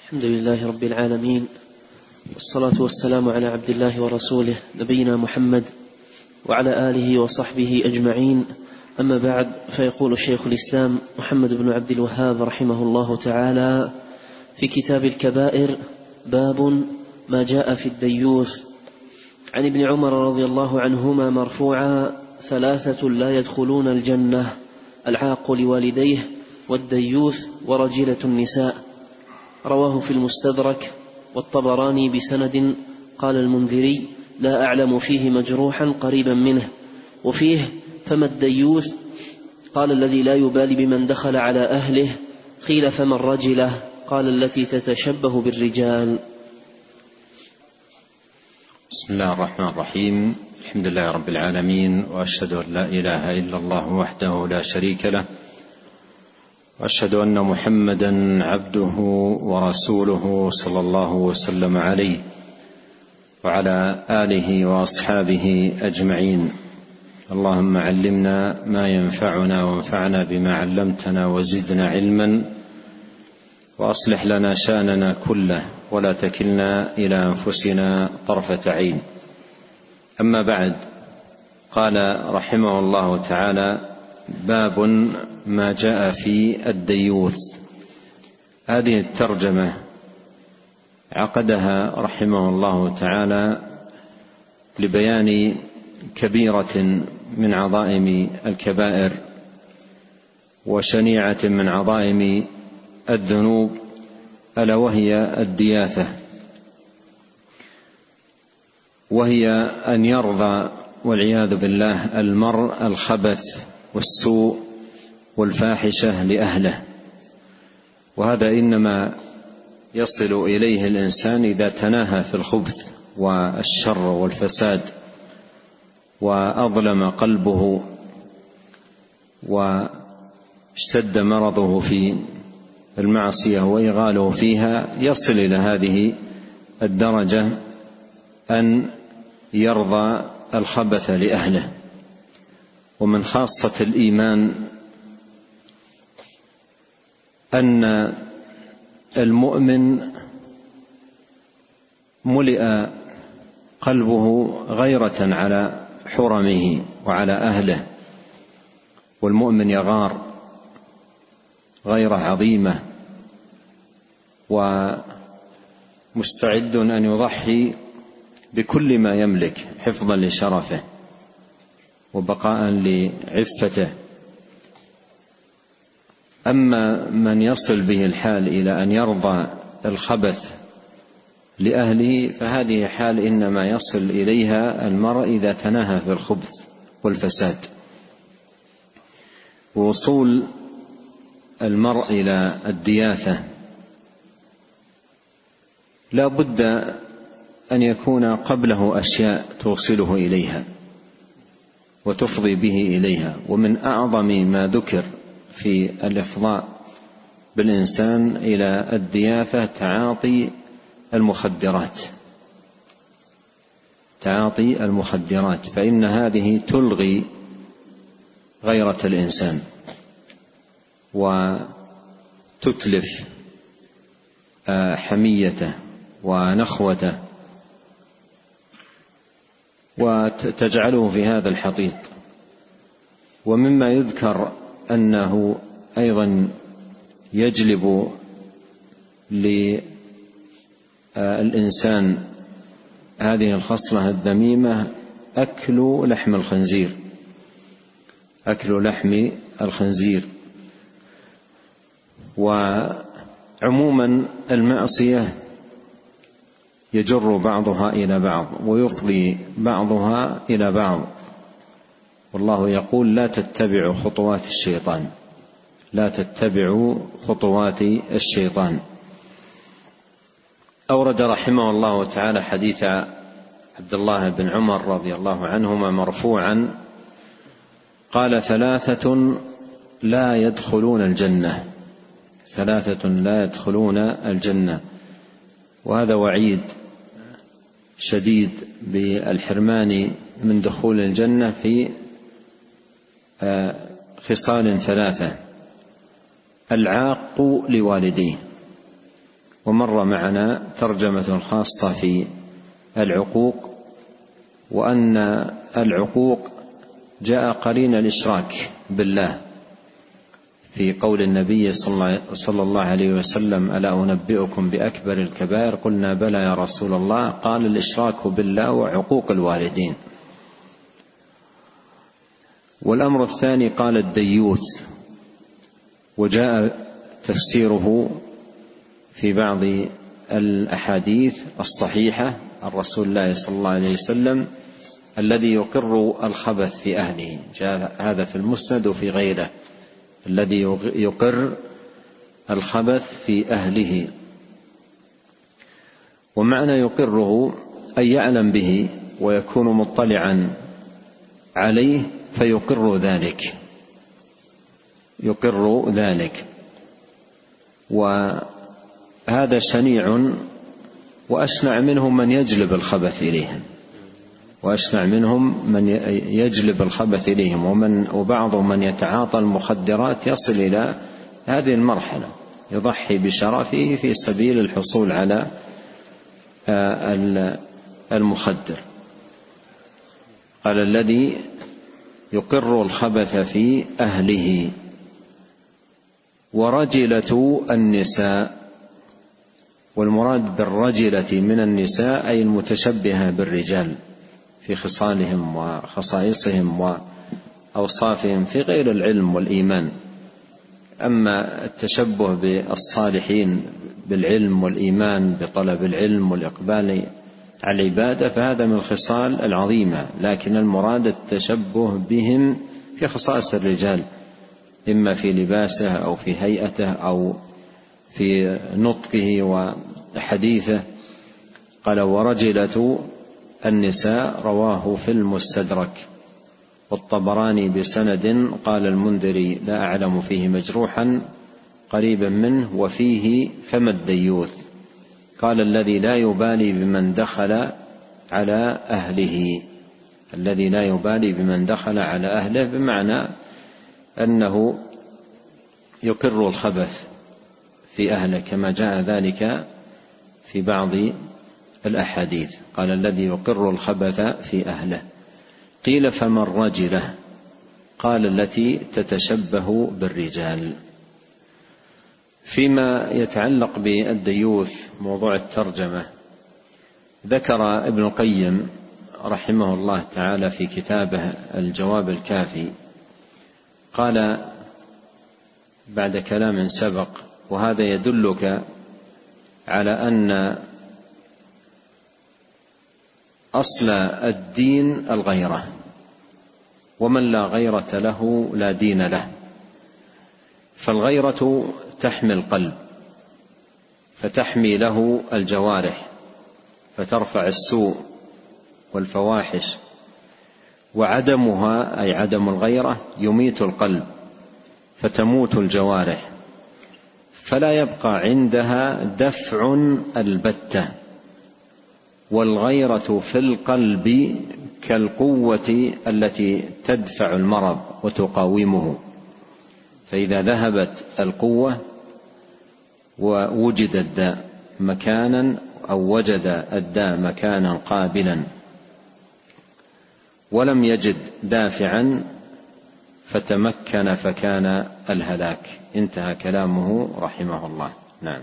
الحمد لله رب العالمين، والصلاة والسلام على عبد الله ورسوله نبينا محمد وعلى آله وصحبه أجمعين. أما بعد، فيقول شيخ الإسلام محمد بن عبد الوهاب رحمه الله تعالى في كتاب الكبائر: باب ما جاء في الديوث. عن ابن عمر رضي الله عنهما مرفوعا: ثلاثة لا يدخلون الجنة: العاق لوالديه، والديوث، ورجلة النساء. رواه في المستدرك والطبراني بسند. قال المنذري: لا أعلم فيه مجروحا قريبا منه. وفيه: فما الديوث؟ قال: الذي لا يبالي بمن دخل على أهله. قيل: فما الرجلة؟ قال: التي تتشبه بالرجال. بسم الله الرحمن الرحيم. الحمد لله رب العالمين، وأشهد أن لا إله إلا الله وحده لا شريك له، وأشهد أن محمدا عبده ورسوله صلى الله وسلم عليه وعلى آله وأصحابه أجمعين. اللهم علمنا ما ينفعنا، وانفعنا بما علمتنا، وزدنا علما، وأصلح لنا شأننا كله، ولا تكلنا إلى أنفسنا طرفة عين. أما بعد، قال رحمه الله تعالى: باب ما جاء في الديوث. هذه الترجمة عقدها رحمه الله تعالى لبيان كبيرة من عظائم الكبائر وشنيعة من عظائم الذنوب، ألا وهي الدياثة، وهي أن يرضى والعياذ بالله المرء الخبث والسوء والفاحشة لأهله. وهذا إنما يصل إليه الإنسان إذا تناهى في الخبث والشر والفساد، وأظلم قلبه، واشتد مرضه في المعصية وإغاله فيها، يصل إلى هذه الدرجة أن يرضى الخبث لأهله. ومن خاصة الإيمان أن المؤمن ملئ قلبه غيرة على حرمه وعلى أهله، والمؤمن يغار غيرة عظيمة، ومستعد أن يضحي بكل ما يملك حفظا لشرفه وبقاء لعفته. أما من يصل به الحال إلى أن يرضى الخبث لأهله، فهذه حال إنما يصل إليها المرء إذا تناهى في الخبث والفساد. ووصول المرء إلى الدياثة لا بد أن يكون قبله أشياء توصله إليها وتفضي به إليها. ومن أعظم ما ذكر في الإفضاء بالإنسان إلى الدياثة تعاطي المخدرات، فإن هذه تلغي غيرة الإنسان وتتلف حميته ونخوته، وتجعله في هذا الحطيط. ومما يذكر أنه أيضا يجلب للإنسان هذه الخصلة الذميمة أكل لحم الخنزير. وعموما المعصية يجر بعضها إلى بعض ويفضي بعضها إلى بعض، والله يقول: لا تتبعوا خطوات الشيطان. أورد رحمه الله تعالى حديث عبد الله بن عمر رضي الله عنهما مرفوعا: قال: ثلاثة لا يدخلون الجنة. وهذا وعيد شديد بالحرمان من دخول الجنة في خصال ثلاثة: العاق لوالديه، ومر معنا ترجمة خاصة في العقوق، وأن العقوق جاء قرين الإشراك بالله في قول النبي صلى الله عليه وسلم: ألا أنبئكم بأكبر الكبائر؟ قلنا: بلى يا رسول الله. قال: الإشراك بالله وعقوق الوالدين. والأمر الثاني قال: الديوث، وجاء تفسيره في بعض الأحاديث الصحيحة عن رسول الله صلى الله عليه وسلم: الذي يقر الخبث في أهله. جاء هذا في المسند وفي غيره: الذي يقر الخبث في أهله. ومعنى يقره أن يعلم به ويكون مطلعا عليه فيقر ذلك. وهذا شنيع، وأشنع منهم من يجلب الخبث إليهم، وبعضهم من يتعاطى المخدرات يصل إلى هذه المرحلة، يضحي بشرفه في سبيل الحصول على المخدر. قال: الذي يقر الخبث في أهله. ورجلة النساء، والمراد بالرجلة من النساء أي المتشبهة بالرجال في خصالهم وخصائصهم وأوصافهم في غير العلم والإيمان. أما التشبه بالصالحين بالعلم والإيمان، بطلب العلم والإقبال على العبادة، فهذا من الخصال العظيمة، لكن المراد التشبه بهم في خصائص الرجال، إما في لباسه أو في هيئته أو في نطقه وحديثه. قال: ورجلة النساء، رواه في المستدرك والطبراني بسند. قال المنذري: لا أعلم فيه مجروحا قريبا منه، وفيه فما الديوث. قال: الذي لا يبالي بمن دخل على أهله، بمعنى أنه يقر الخبث في أهله، كما جاء ذلك في بعض الأحاديث. قال: الذي يقر الخبث في أهله. قيل: فما الرجلة؟ قال: التي تتشبه بالرجال. فيما يتعلق بالديوث، موضوع الترجمة، ذكر ابن القيم رحمه الله تعالى في كتابه الجواب الكافي، قال بعد كلام سبق: وهذا يدلك على أن أصل الدين الغيرة، ومن لا غيرة له لا دين له. فالغيرة تحمي القلب، فتحمي له الجوارح، فترفع السوء والفواحش، وعدمها أي عدم الغيرة يميت القلب، فتموت الجوارح، فلا يبقى عندها دفع البتة. والغيرة في القلب كالقوة التي تدفع المرض وتقاومه، فإذا ذهبت القوة ووجد الداء مكانا، أو وجد الداء مكانا قابلا، ولم يجد دافعا فتمكن فكان الهلاك. انتهى كلامه رحمه الله. نعم.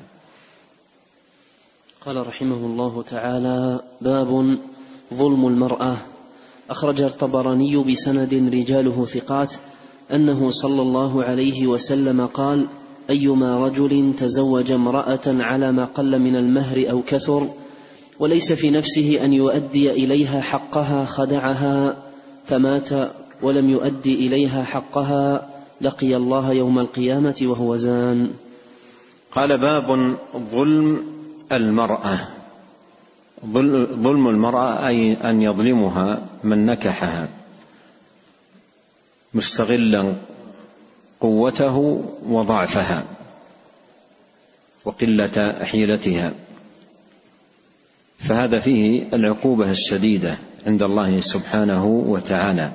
قال رحمه الله تعالى: باب ظلم المرأة. أخرج الطبراني بسند رجاله ثقات أنه صلى الله عليه وسلم قال: أيما رجل تزوج امرأة على ما قل من المهر أو كثر، وليس في نفسه أن يؤدي إليها حقها، خدعها فمات ولم يؤدي إليها حقها، لقي الله يوم القيامة وهو زان. قال: باب ظلم المرأة. ظلم المرأة أي أن يظلمها من نكحها مستغلا قوته وضعفها وقلة حيلتها، فهذا فيه العقوبة الشديدة عند الله سبحانه وتعالى.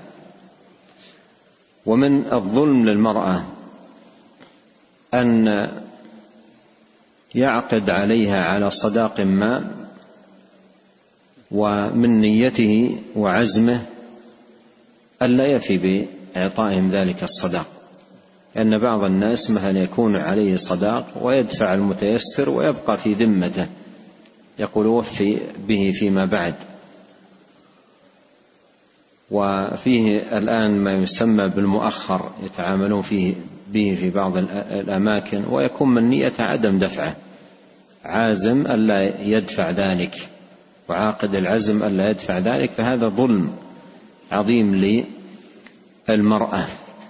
ومن الظلم للمرأة أن يعقد عليها على صداق ما، ومن نيته وعزمه ألا يفي بإعطائهم ذلك الصداق، لأن بعض الناس مثلا يكون عليه صداق ويدفع المتيسر ويبقى في ذمته، يقول وفي به فيما بعد. وفيه الآن ما يسمى بالمؤخر يتعاملون به في بعض الأماكن، ويكون من نية عدم دفعه، عازم ألا يدفع ذلك وعاقد العزم ألا يدفع ذلك، فهذا ظلم عظيم للمرأة.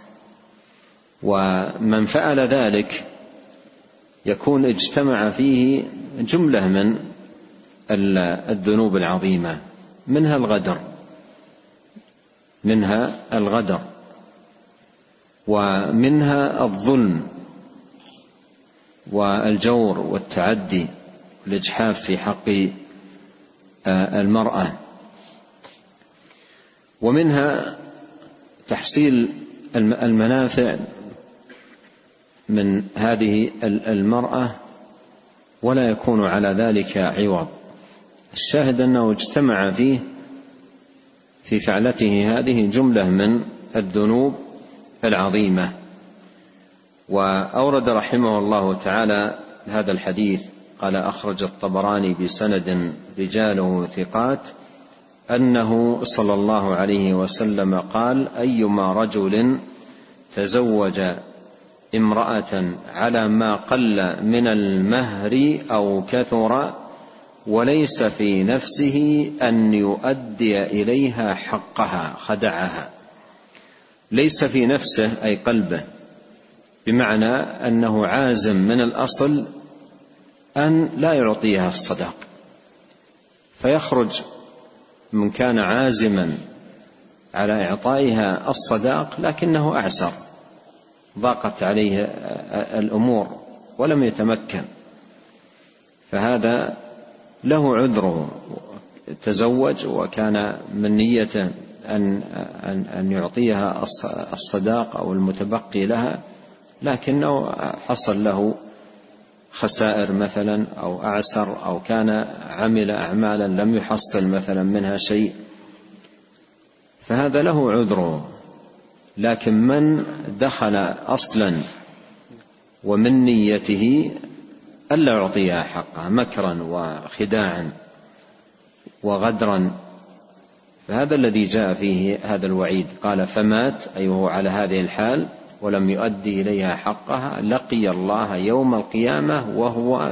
ومن فعل ذلك يكون اجتمع فيه جملة من الذنوب العظيمة، منها الغدر ومنها الظلم والجور والتعدي والإجحاف في حق المرأة، ومنها تحصيل المنافع من هذه المرأة ولا يكون على ذلك عوض. الشاهد أنه اجتمع فيه في فعلته هذه جملة من الذنوب العظيمة. وأورد رحمه الله تعالى هذا الحديث، قال أخرج الطبراني بسند رجاله ثقات أنه صلى الله عليه وسلم قال: أيما رجل تزوج امرأة على ما قل من المهر أو كثر وليس في نفسه أن يؤدي إليها حقها خدعها. ليس في نفسه أي قلبه، بمعنى أنه عازم من الأصل أن لا يعطيها الصداق، فيخرج من كان عازما على إعطائها الصداق لكنه أعسر، ضاقت عليه الأمور ولم يتمكن، فهذا له عذره. تزوج وكان من نيته أن يعطيها الصداق أو المتبقي لها، لكنه حصل له خسائر مثلا أو أعسر، أو كان عمل أعمالا لم يحصل مثلا منها شيء، فهذا له عذره. لكن من دخل أصلا ومن نيته ألا يعطيها حقها مكرا وخداعا وغدرا، فهذا الذي جاء فيه هذا الوعيد. قال: فمات أي وهو على هذه الحال ولم يؤدي إليها حقها لقي الله يوم القيامة وهو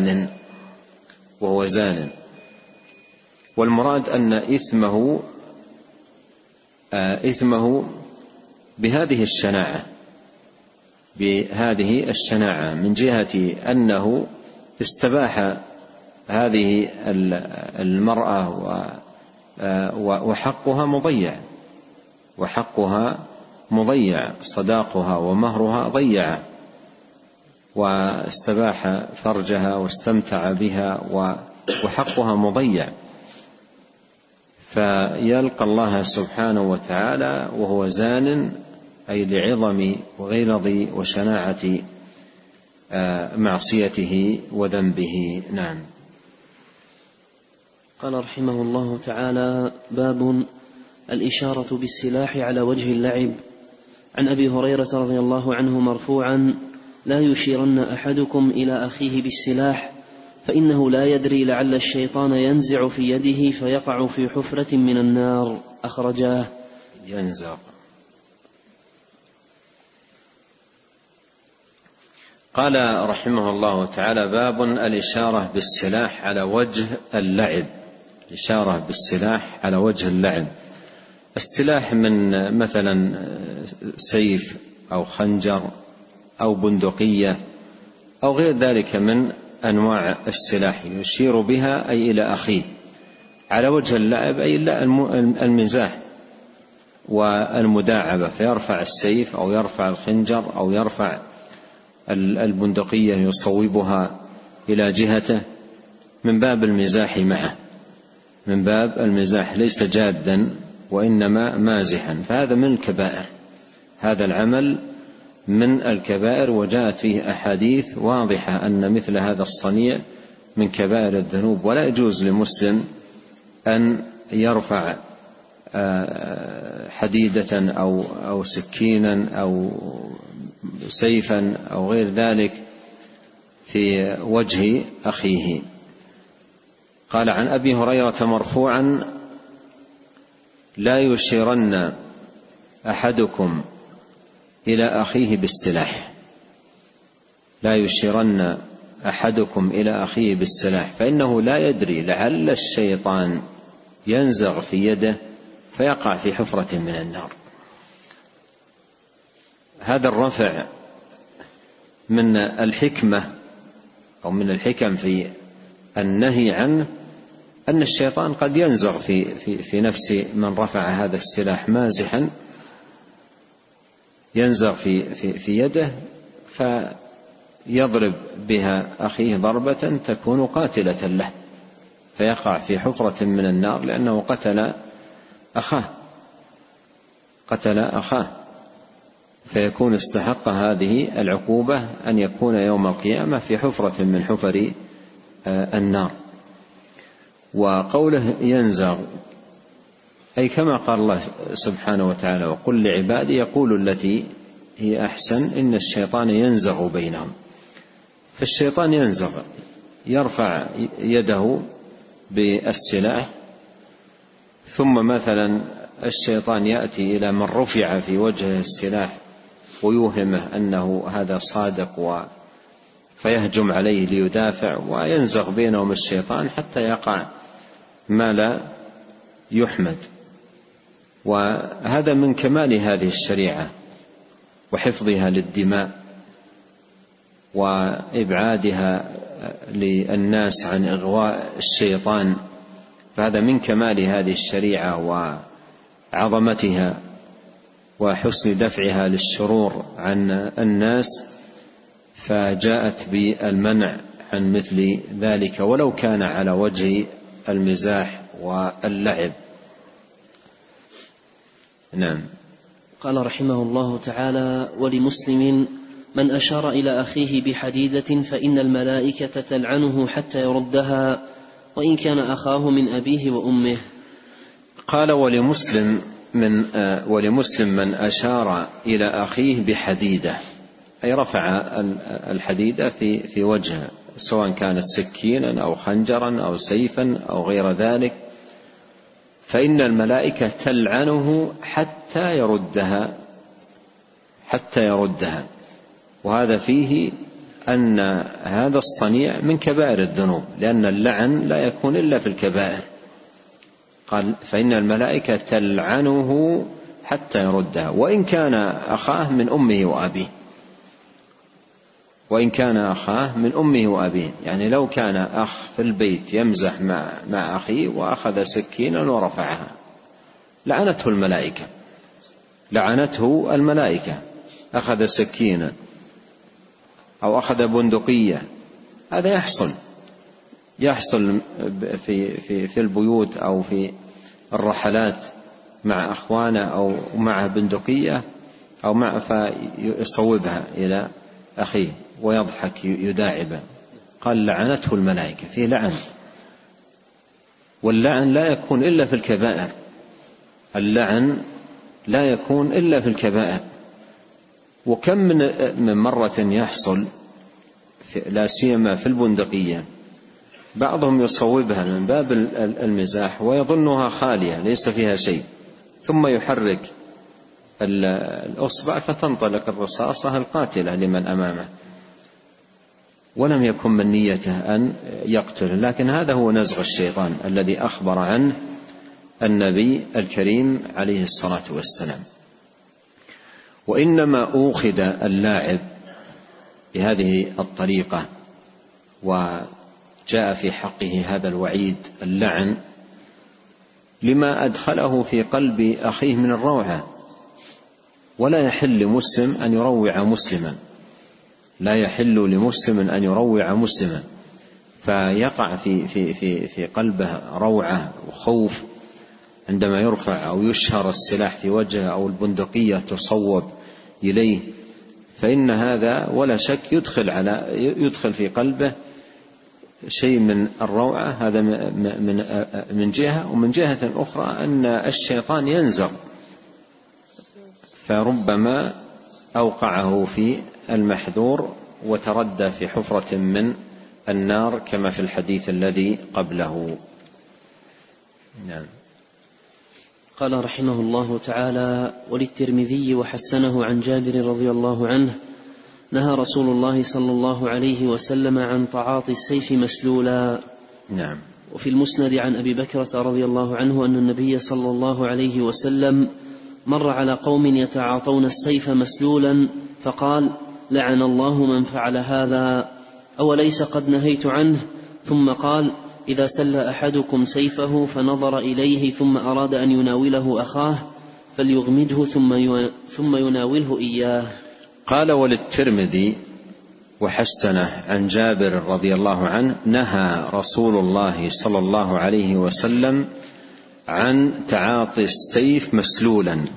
زان. والمراد أن إثمه بهذه الشناعة من جهة أنه استباح هذه المرأة وحقها مضيع، صداقها ومهرها ضيع، واستباح فرجها واستمتع بها وحقها مضيع، فيلقى الله سبحانه وتعالى وهو زان، أي لعظم وغلظ وشناعة معصيته وذنبه. نعم. قال رحمه الله تعالى: باب الإشارة بالسلاح على وجه اللعب. عن أبي هريرة رضي الله عنه مرفوعا: لا يشيرن أحدكم إلى أخيه بالسلاح فإنه لا يدري لعل الشيطان ينزع في يده فيقع في حفرة من النار. أخرجاه. ينزع. قال رحمه الله تعالى: باب الإشارة بالسلاح على وجه اللعب. الإشارة بالسلاح على وجه اللعب. السلاح من مثلا سيف أو خنجر أو بندقية أو غير ذلك من أنواع السلاح، يشير بها أي إلى أخيه على وجه اللعب، أي المزاح والمداعبة، فيرفع السيف أو يرفع الخنجر أو يرفع البندقية يصوبها إلى جهته من باب المزاح معه، من باب المزاح، ليس جادا وإنما مازحا، فهذا من الكبائر. هذا العمل من الكبائر، وجاءت فيه أحاديث واضحة أن مثل هذا الصنيع من كبائر الذنوب، ولا يجوز لمسلم أن يرفع حديدة أو سكينا أو سيفا أو غير ذلك في وجه أخيه. قال عن أبي هريرة مرفوعا: لا يشيرن أحدكم إلى أخيه بالسلاح، لا يشيرن أحدكم إلى أخيه بالسلاح، فإنه لا يدري لعل الشيطان ينزغ في يده فيقع في حفرة من النار. هذا الرفع من الحكمة أو من الحكم في النهي عنه، أن الشيطان قد ينزغ في نفس من رفع هذا السلاح مازحا، ينزغ في يده فيضرب بها أخيه ضربة تكون قاتلة له، فيقع في حفرة من النار لأنه قتل أخاه، فيكون استحق هذه العقوبة أن يكون يوم القيامة في حفرة من حفر النار. وقوله ينزغ أي كما قال الله سبحانه وتعالى: وقل لعبادي يقولوا التي هي أحسن إن الشيطان ينزغ بينهم. فالشيطان ينزغ، يرفع يده بالسلاح، ثم مثلا الشيطان يأتي إلى من رفع في وجهه السلاح ويوهمه أنه هذا صادق فيهجم عليه ليدافع، وينزغ بينهم الشيطان حتى يقع ما لا يحمد. وهذا من كمال هذه الشريعة وحفظها للدماء وإبعادها للناس عن إغواء الشيطان، فهذا من كمال هذه الشريعة وعظمتها وحسن دفعها للشرور عن الناس، فجاءت بالمنع عن مثل ذلك ولو كان على وجه المزاح واللعب. نعم. قال رحمه الله تعالى: ولمسلم من أشار إلى أخيه بحديدة فإن الملائكة تلعنه حتى يردها وإن كان أخاه من أبيه وأمه. قال ولمسلم من أشار إلى أخيه بحديدة، أي رفع الحديدة في وجهه، سواء كانت سكينا أو خنجرا أو سيفا أو غير ذلك، فإن الملائكة تلعنه حتى يردها. وهذا فيه أن هذا الصنيع من كبائر الذنوب، لأن اللعن لا يكون إلا في الكبائر. قال فإن الملائكة تلعنه حتى يردها وإن كان أخاه من أمه وأبيه، وإن كان أخاه من أمه وأبيه، يعني لو كان أخ في البيت يمزح مع أخيه وأخذ سكينا ورفعها لعنته الملائكة، أخذ سكينا أو أخذ بندقية. هذا يحصل في البيوت أو في الرحلات مع أخوانه أو مع بندقية أو فيصوبها إلى أخيه ويضحك يداعبه. قال لعنته الملائكة، فيه لعن، واللعن لا يكون إلا في الكبائر، اللعن لا يكون إلا في الكبائر. وكم من مرة يحصل لا سيما في البندقية، بعضهم يصوبها من باب المزاح ويظنها خالية ليس فيها شيء، ثم يحرك الأصبع فتنطلق الرصاصة القاتلة لمن أمامه، ولم يكن من نيته أن يقتل. لكن هذا هو نزغ الشيطان الذي أخبر عنه النبي الكريم عليه الصلاة والسلام. وإنما أوخذ اللاعب بهذه الطريقة وجاء في حقه هذا الوعيد اللعن لما أدخله في قلب أخيه من الروعة. ولا يحل لمسلم أن يروع مسلما، لا يحل لمسلم أن يروع مسلما، فيقع في قلبه روعة وخوف عندما يرفع أو يشهر السلاح في وجهه أو البندقية تصوب إليه، فإن هذا ولا شك يدخل في قلبه شيء من الروعة، هذا من جهة، ومن جهة أخرى أن الشيطان ينزغ فربما أوقعه في المحذور وتردى في حفرة من النار كما في الحديث الذي قبله. نعم. قال رحمه الله تعالى: وللترمذي وحسنه عن جابر رضي الله عنه: نهى رسول الله صلى الله عليه وسلم عن تعاطي السيف مسلولا. نعم. وفي المسند عن أبي بكرة رضي الله عنه أن النبي صلى الله عليه وسلم مر على قوم يتعاطون السيف مسلولا فقال: لعن الله من فعل هذا، أوليس قد نهيت عنه؟ ثم قال: إذا سل أحدكم سيفه فنظر إليه ثم أراد أن يناوله أخاه فليغمده ثم يناوله إياه. قال: وللترمذي وحسنه عن جابر رضي الله عنه: نهى رسول الله صلى الله عليه وسلم عن تعاطي السيف مسلولا،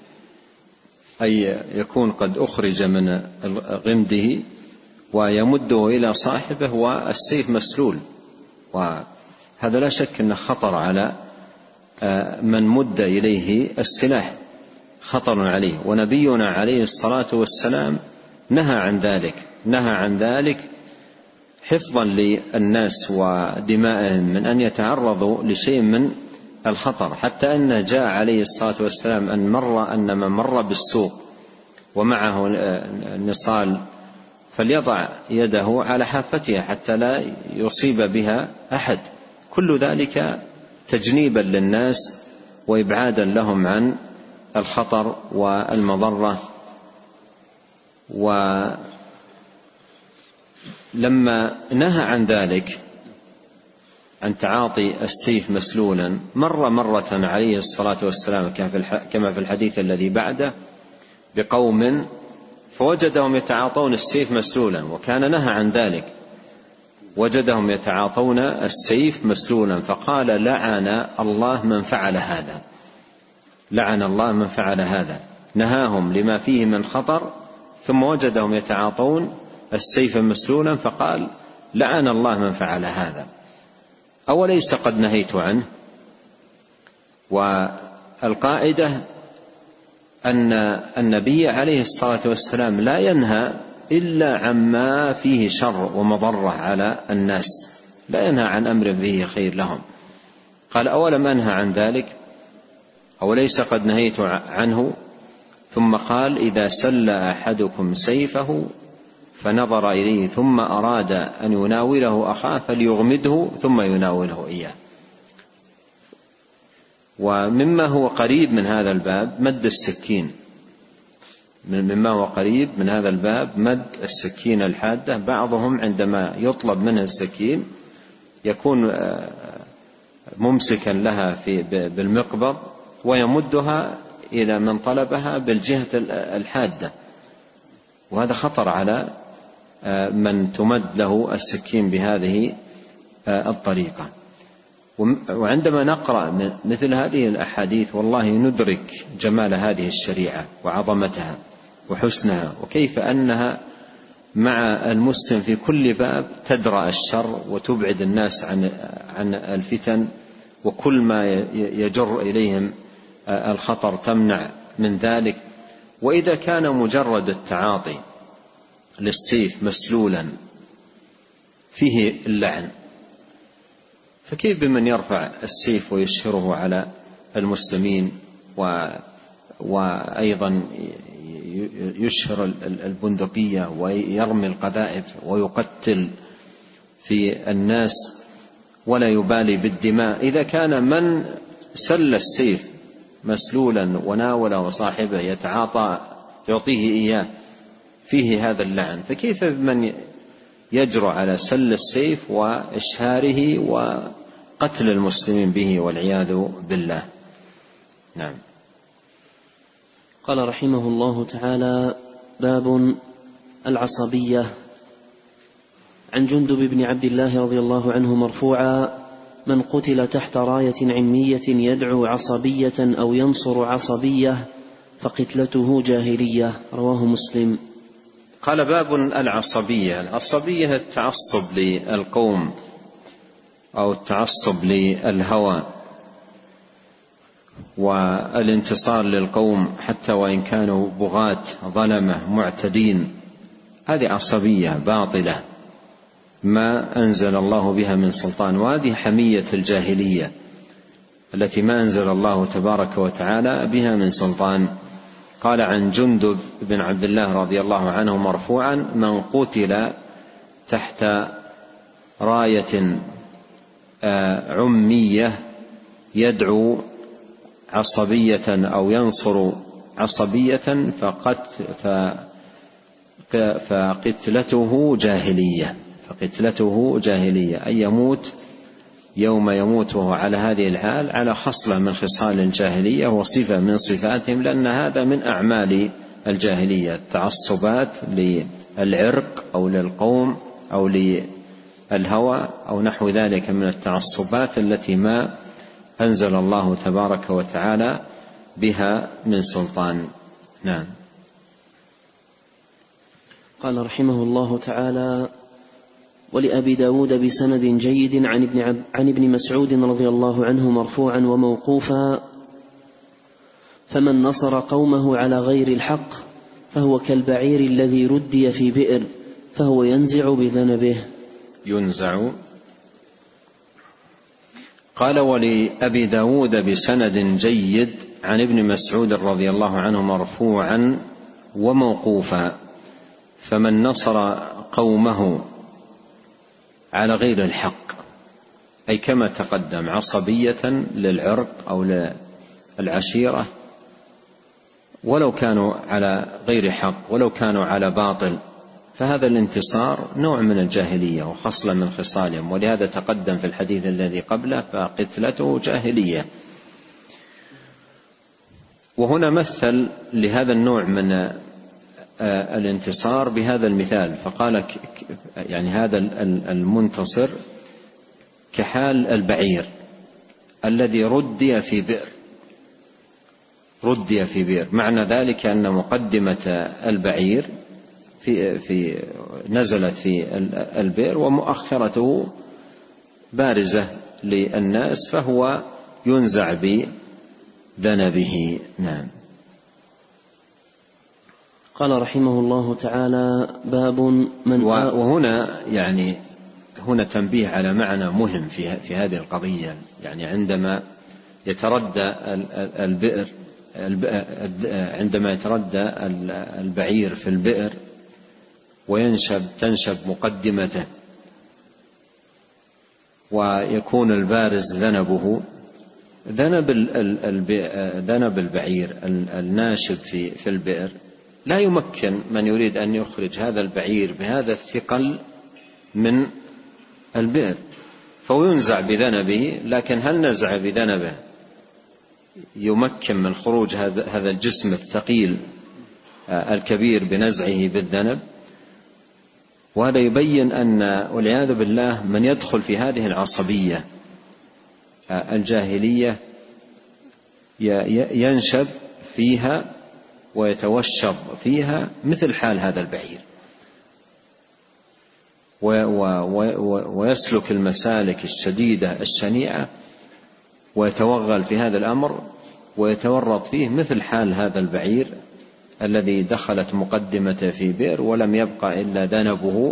أي يكون قد أخرج من غمده ويمده إلى صاحبه والسيف مسلول، وهذا لا شك أنه خطر على من مد إليه السلاح، خطر عليه، ونبينا عليه الصلاة والسلام نهى عن ذلك حفظا للناس ودمائهم من أن يتعرضوا لشيء من الخطر، حتى أن جاء عليه الصلاة والسلام أن من مر بالسوق ومعه النصال فليضع يده على حافتها حتى لا يصيب بها أحد، كل ذلك تجنيبا للناس وإبعادا لهم عن الخطر والمضرة. ولما نهى عن ذلك، عن تعاطي السيف مسلولا، مرة عليه الصلاة والسلام كما في الحديث الذي بعده بقوم فوجدهم يتعاطون السيف مسلولا، وكان نهى عن ذلك، وجدهم يتعاطون السيف مسلولا فقال: لعن الله من فعل هذا، لعن الله من فعل هذا، نهاهم لما فيه من خطر، ثم وجدهم يتعاطون السيف مسلولا فقال: لعن الله من فعل هذا، أوليس قد نهيت عنه؟ والقاعدة أن النبي عليه الصلاة والسلام لا ينهى إلا عما فيه شر ومضرة على الناس، لا ينهى عن أمر فيه خير لهم. قال: أولم أنهى عن ذلك؟ أوليس قد نهيت عنه؟ ثم قال: إذا سل أحدكم سيفه فنظر إليه ثم أراد أن يناوله أخاه فليغمده ثم يناوله إياه. ومما هو قريب من هذا الباب مد السكين، مما هو قريب من هذا الباب مد السكين الحادة. بعضهم عندما يطلب منه السكين يكون ممسكا لها بالمقبض ويمدها إلى من طلبها بالجهة الحادة، وهذا خطر على من تمد له السكين بهذه الطريقة. وعندما نقرأ مثل هذه الأحاديث والله ندرك جمال هذه الشريعة وعظمتها وحسنها، وكيف أنها مع المسلم في كل باب تدرأ الشر وتبعد الناس عن الفتن، وكل ما يجر إليهم الخطر تمنع من ذلك. وإذا كان مجرد التعاطي للسيف مسلولا فيه اللعن، فكيف بمن يرفع السيف ويشهره على المسلمين وأيضا يشهر البندقية ويرمي القذائف ويقتل في الناس ولا يبالي بالدماء؟ إذا كان من سل السيف مسلولا وناوله صاحبه يتعاطى يعطيه إياه فيه هذا اللعن، فكيف بمن يجرؤ على سل السيف وإشهاره وقتل المسلمين به والعياذ بالله؟ نعم. قال رحمه الله تعالى: باب العصبية. عن جندب بن عبد الله رضي الله عنه مرفوعا: من قتل تحت راية علمية يدعو عصبية أو ينصر عصبية فقتلته جاهلية. رواه مسلم. قال باب العصبية. العصبية التعصب للقوم أو التعصب للهوى والانتصار للقوم حتى وإن كانوا بغاة ظلمة معتدين. هذه عصبية باطلة ما أنزل الله بها من سلطان، وهذه حمية الجاهلية التي ما أنزل الله تبارك وتعالى بها من سلطان. قال عن جندب بن عبد الله رضي الله عنه مرفوعا: من قتل تحت راية عمية يدعو عصبية أو ينصر عصبية فقتلته جاهلية. فقتلته جاهلية، أي يموت يوم يموت وهو على هذه الحال على خصلة من خصال الجاهلية وصفة من صفاتهم، لأن هذا من أعمال الجاهلية، التعصبات للعرق أو للقوم أو للهوى أو نحو ذلك من التعصبات التي ما أنزل الله تبارك وتعالى بها من سلطان. نعم. قال رحمه الله تعالى: ولأبي داود بسند جيد عن ابن مسعود رضي الله عنه مرفوعا وموقوفا: فمن نصر قومه على غير الحق فهو كالبعير الذي ردي في بئر فهو ينزع بذنبه. ينزع. قال: ولأبي داود بسند جيد عن ابن مسعود رضي الله عنه مرفوعا وموقوفا: فمن نصر قومه على غير الحق، أي كما تقدم، عصبية للعرق أو للعشيرة، ولو كانوا على غير حق ولو كانوا على باطل، فهذا الانتصار نوع من الجاهلية وخصلة من خصالهم، ولهذا تقدم في الحديث الذي قبله: فقتلته جاهلية. وهنا مثل لهذا النوع من الانتصار بهذا المثال، فقال يعني هذا المنتصر كحال البعير الذي ردي في بئر. ردي في بئر، معنى ذلك أن مقدمة البعير نزلت في البئر ومؤخرته بارزة للناس، فهو ينزع بذنبه. نعم. قال رحمه الله تعالى: باب من وهنا يعني هنا تنبيه على معنى مهم في هذه القضية. يعني عندما يتردى البئر، عندما يتردى البعير في البئر تنشب مقدمته ويكون البارز ذنبه، ذنب البعير الناشب في البئر لا يمكن من يريد أن يخرج هذا البعير بهذا الثقل من البئر، فينزع بذنبه. لكن هل نزع بذنبه يمكن من خروج هذا الجسم الثقيل الكبير بنزعه بالذنب؟ وهذا يبين أن والعياذ بالله من يدخل في هذه العصبية الجاهلية ينشب فيها ويتوشب فيها مثل حال هذا البعير، ويسلك المسالك الشديدة الشنيعة ويتوغل في هذا الأمر ويتورط فيه مثل حال هذا البعير الذي دخلت مقدمته في بئر ولم يبقى إلا ذنبه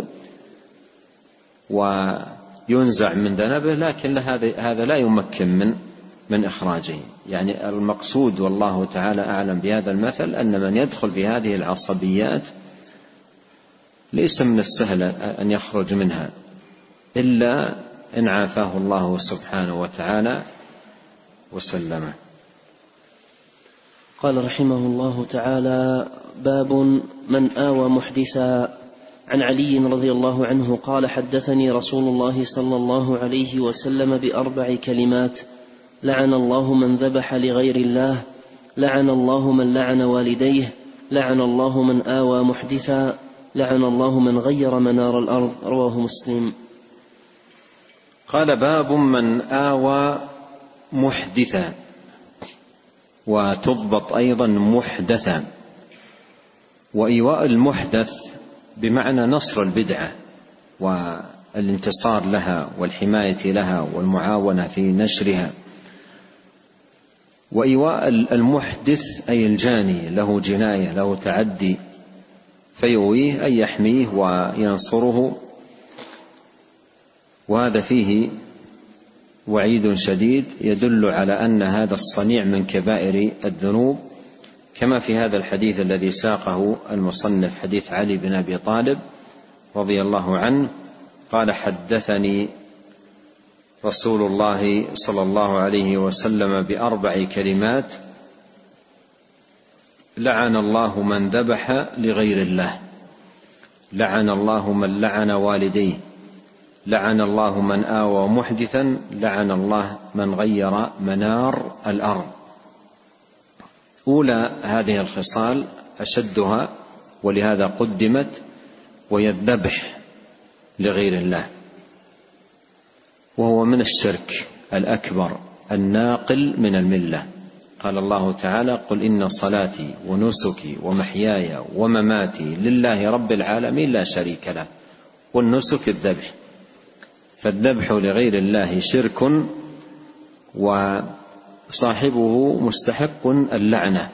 وينزع من ذنبه، لكن هذا لا يمكن من إخراجه. يعني المقصود والله تعالى أعلم بهذا المثل أن من يدخل في هذه العصبيات ليس من السهل أن يخرج منها إلا إن عافاه الله سبحانه وتعالى وسلمه. قال رحمه الله تعالى: باب من آوى محدثا. عن علي رضي الله عنه قال: حدثني رسول الله صلى الله عليه وسلم ب4 كلمات: لعن الله من ذبح لغير الله، لعن الله من لعن والديه، لعن الله من آوى محدثا، لعن الله من غير منار الأرض. رواه مسلم. قال: باب من آوى محدثا، وتضبط أيضا محدثا. وإيواء المحدث بمعنى نصر البدعة والانتصار لها والحماية لها والمعاونة في نشرها. وإيواء المحدث أي الجاني له جناية له تعدي فيؤويه أي يحميه وينصره، وهذا فيه وعيد شديد يدل على أن هذا الصنيع من كبائر الذنوب، كما في هذا الحديث الذي ساقه المصنف حديث علي بن أبي طالب رضي الله عنه قال: حدثني رسول الله صلى الله عليه وسلم بأربع كلمات: لعن الله من ذبح لغير الله، لعن الله من لعن والديه، لعن الله من آوى محدثا، لعن الله من غير منار الأرض. أولى هذه الخصال أشدها ولهذا قدمت، وهي الذبح لغير الله، وهو من الشرك الأكبر الناقل من الملة. قال الله تعالى: قل إن صلاتي ونسكي ومحياي ومماتي لله رب العالمين لا شريك له. والنسك الذبح، فالذبح لغير الله شرك، وصاحبه مستحق اللعنة،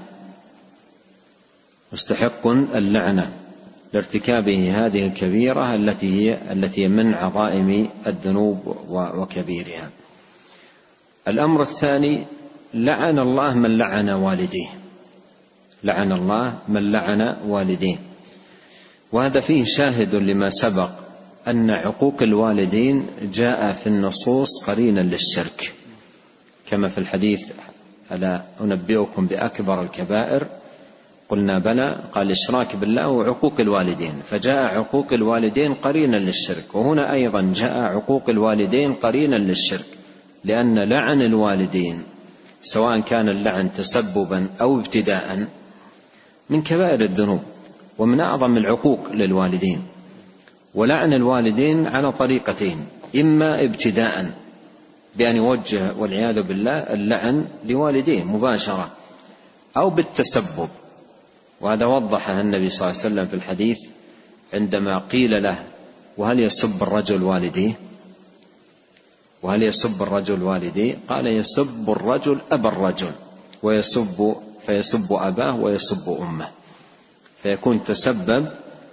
مستحق اللعنة لارتكابه هذه الكبيرة التي من عظائم الذنوب وكبيرها. الأمر الثاني: لعن الله من لعن والديه، لعن الله من لعن والديه. وهذا فيه شاهد لما سبق أن عقوق الوالدين جاء في النصوص قرينا للشرك، كما في الحديث: ألا أنبئكم بأكبر الكبائر؟ قلنا بلى، قال: إشراك بالله وعقوق الوالدين. فجاء عقوق الوالدين قرينا للشرك، وهنا أيضا جاء عقوق الوالدين قرينا للشرك، لأن لعن الوالدين سواء كان اللعن تسببا أو ابتداء من كبائر الذنوب ومن أعظم العقوق للوالدين. ولعن الوالدين على طريقتين: إما ابتداء بأن يوجه والعياذ بالله اللعن لوالديه مباشرة، أو بالتسبب. وهذا وضحه النبي صلى الله عليه وسلم في الحديث عندما قيل له: وهل يسب الرجل والديه؟ وهل يسب الرجل والديه؟ قال: يسب الرجل أبا الرجل، فيسب أباه ويسب أمه، فيكون تسبب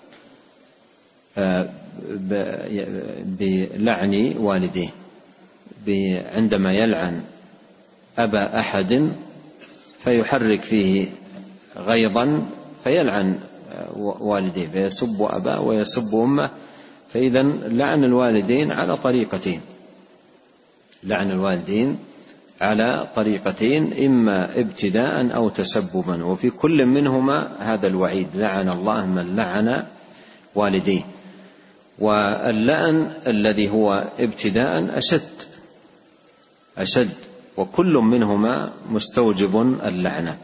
بلعن والديه عندما يلعن أبا أحد فيحرك فيه غيظا فيلعن والديه، فيسب أباه ويسب أمه. فإذا لعن الوالدين على طريقتين، لعن الوالدين على طريقتين: إما ابتداء أو تسببا، وفي كل منهما هذا الوعيد: لعن الله من لعن والديه. واللعن الذي هو ابتداء أشد، وكل منهما مستوجب اللعنة.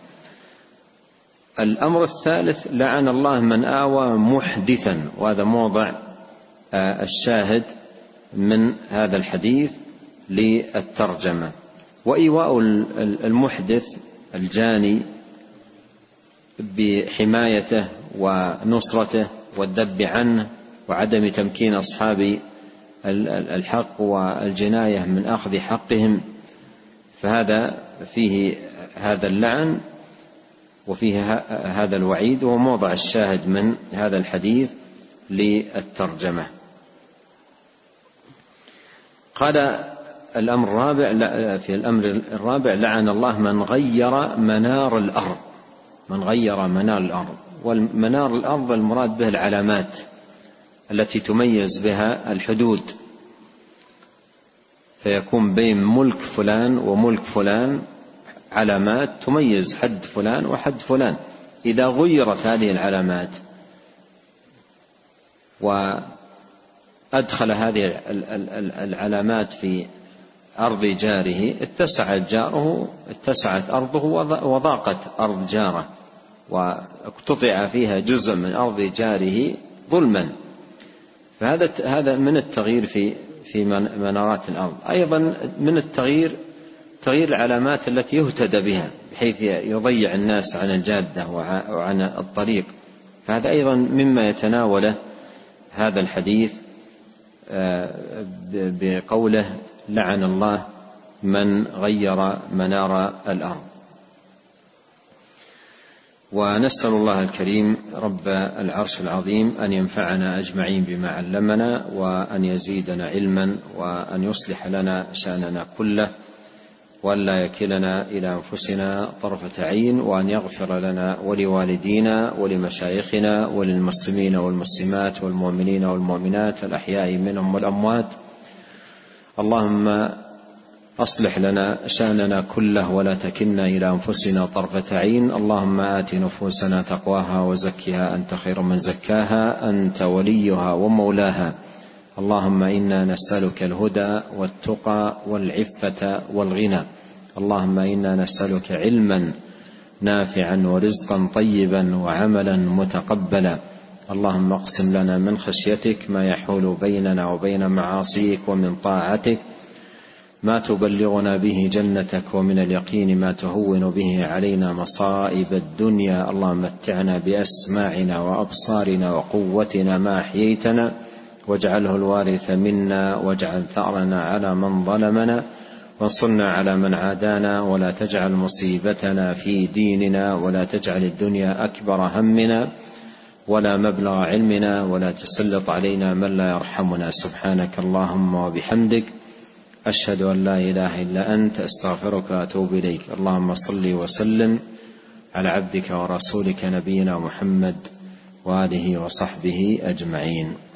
الأمر الثالث: لعن الله من آوى محدثا، وهذا موضع الشاهد من هذا الحديث للترجمة. وإيواء المحدث الجاني بحمايته ونصرته والذب عنه وعدم تمكين أصحاب الحق والجناية من أخذ حقهم، فهذا فيه هذا اللعن وفيه هذا الوعيد، وموضع الشاهد من هذا الحديث للترجمة. قال الأمر الرابع: في الأمر الرابع: لعن الله من غير منار الأرض، من غير منار الأرض. والمنار الأرض المراد به العلامات التي تميز بها الحدود، فيكون بين ملك فلان وملك فلان علامات تميز حد فلان وحد فلان. إذا غيرت هذه العلامات وأدخل هذه العلامات في أرض جاره اتسعت جاره، اتسعت أرضه وضاقت أرض جاره، واقتطع فيها جزء من أرض جاره ظلما. فهذا من التغيير في منارات الأرض. أيضا من التغيير تغيير العلامات التي يهتدى بها بحيث يضيع الناس عن الجادة وعن الطريق، فهذا أيضا مما يتناوله هذا الحديث بقوله لعن الله من غير منار الأرض. ونسأل الله الكريم رب العرش العظيم أن ينفعنا أجمعين بما علمنا، وأن يزيدنا علما، وأن يصلح لنا شأننا كله، وأن لا يكلنا إلى أنفسنا طرفة عين، وأن يغفر لنا ولوالدينا ولمشايخنا وللمسلمين والمسلمات والمؤمنين والمؤمنات الأحياء منهم والأموات. اللهم أصلح لنا شأننا كله ولا تكلنا إلى أنفسنا طرفة عين. اللهم آت نفوسنا تقواها وزكها أنت خير من زكاها، أنت وليها ومولاها. اللهم إنا نسألك الهدى والتقى والعفة والغنى. اللهم إنا نسألك علما نافعا ورزقا طيبا وعملا متقبلا. اللهم اقسم لنا من خشيتك ما يحول بيننا وبين معاصيك، ومن طاعتك ما تبلغنا به جنتك، ومن اليقين ما تهون به علينا مصائب الدنيا. اللهم متعنا بأسماعنا وأبصارنا وقوتنا ما أحييتنا، واجعله الوارث منا، واجعل ثأرنا على من ظلمنا، وانصرنا على من عادانا، ولا تجعل مصيبتنا في ديننا، ولا تجعل الدنيا أكبر همنا ولا مبلغ علمنا، ولا تسلط علينا من لا يرحمنا. سبحانك اللهم وبحمدك، أشهد أن لا إله إلا أنت، أستغفرك وأتوب إليك. اللهم صل وسلم على عبدك ورسولك نبينا محمد وآله وصحبه أجمعين.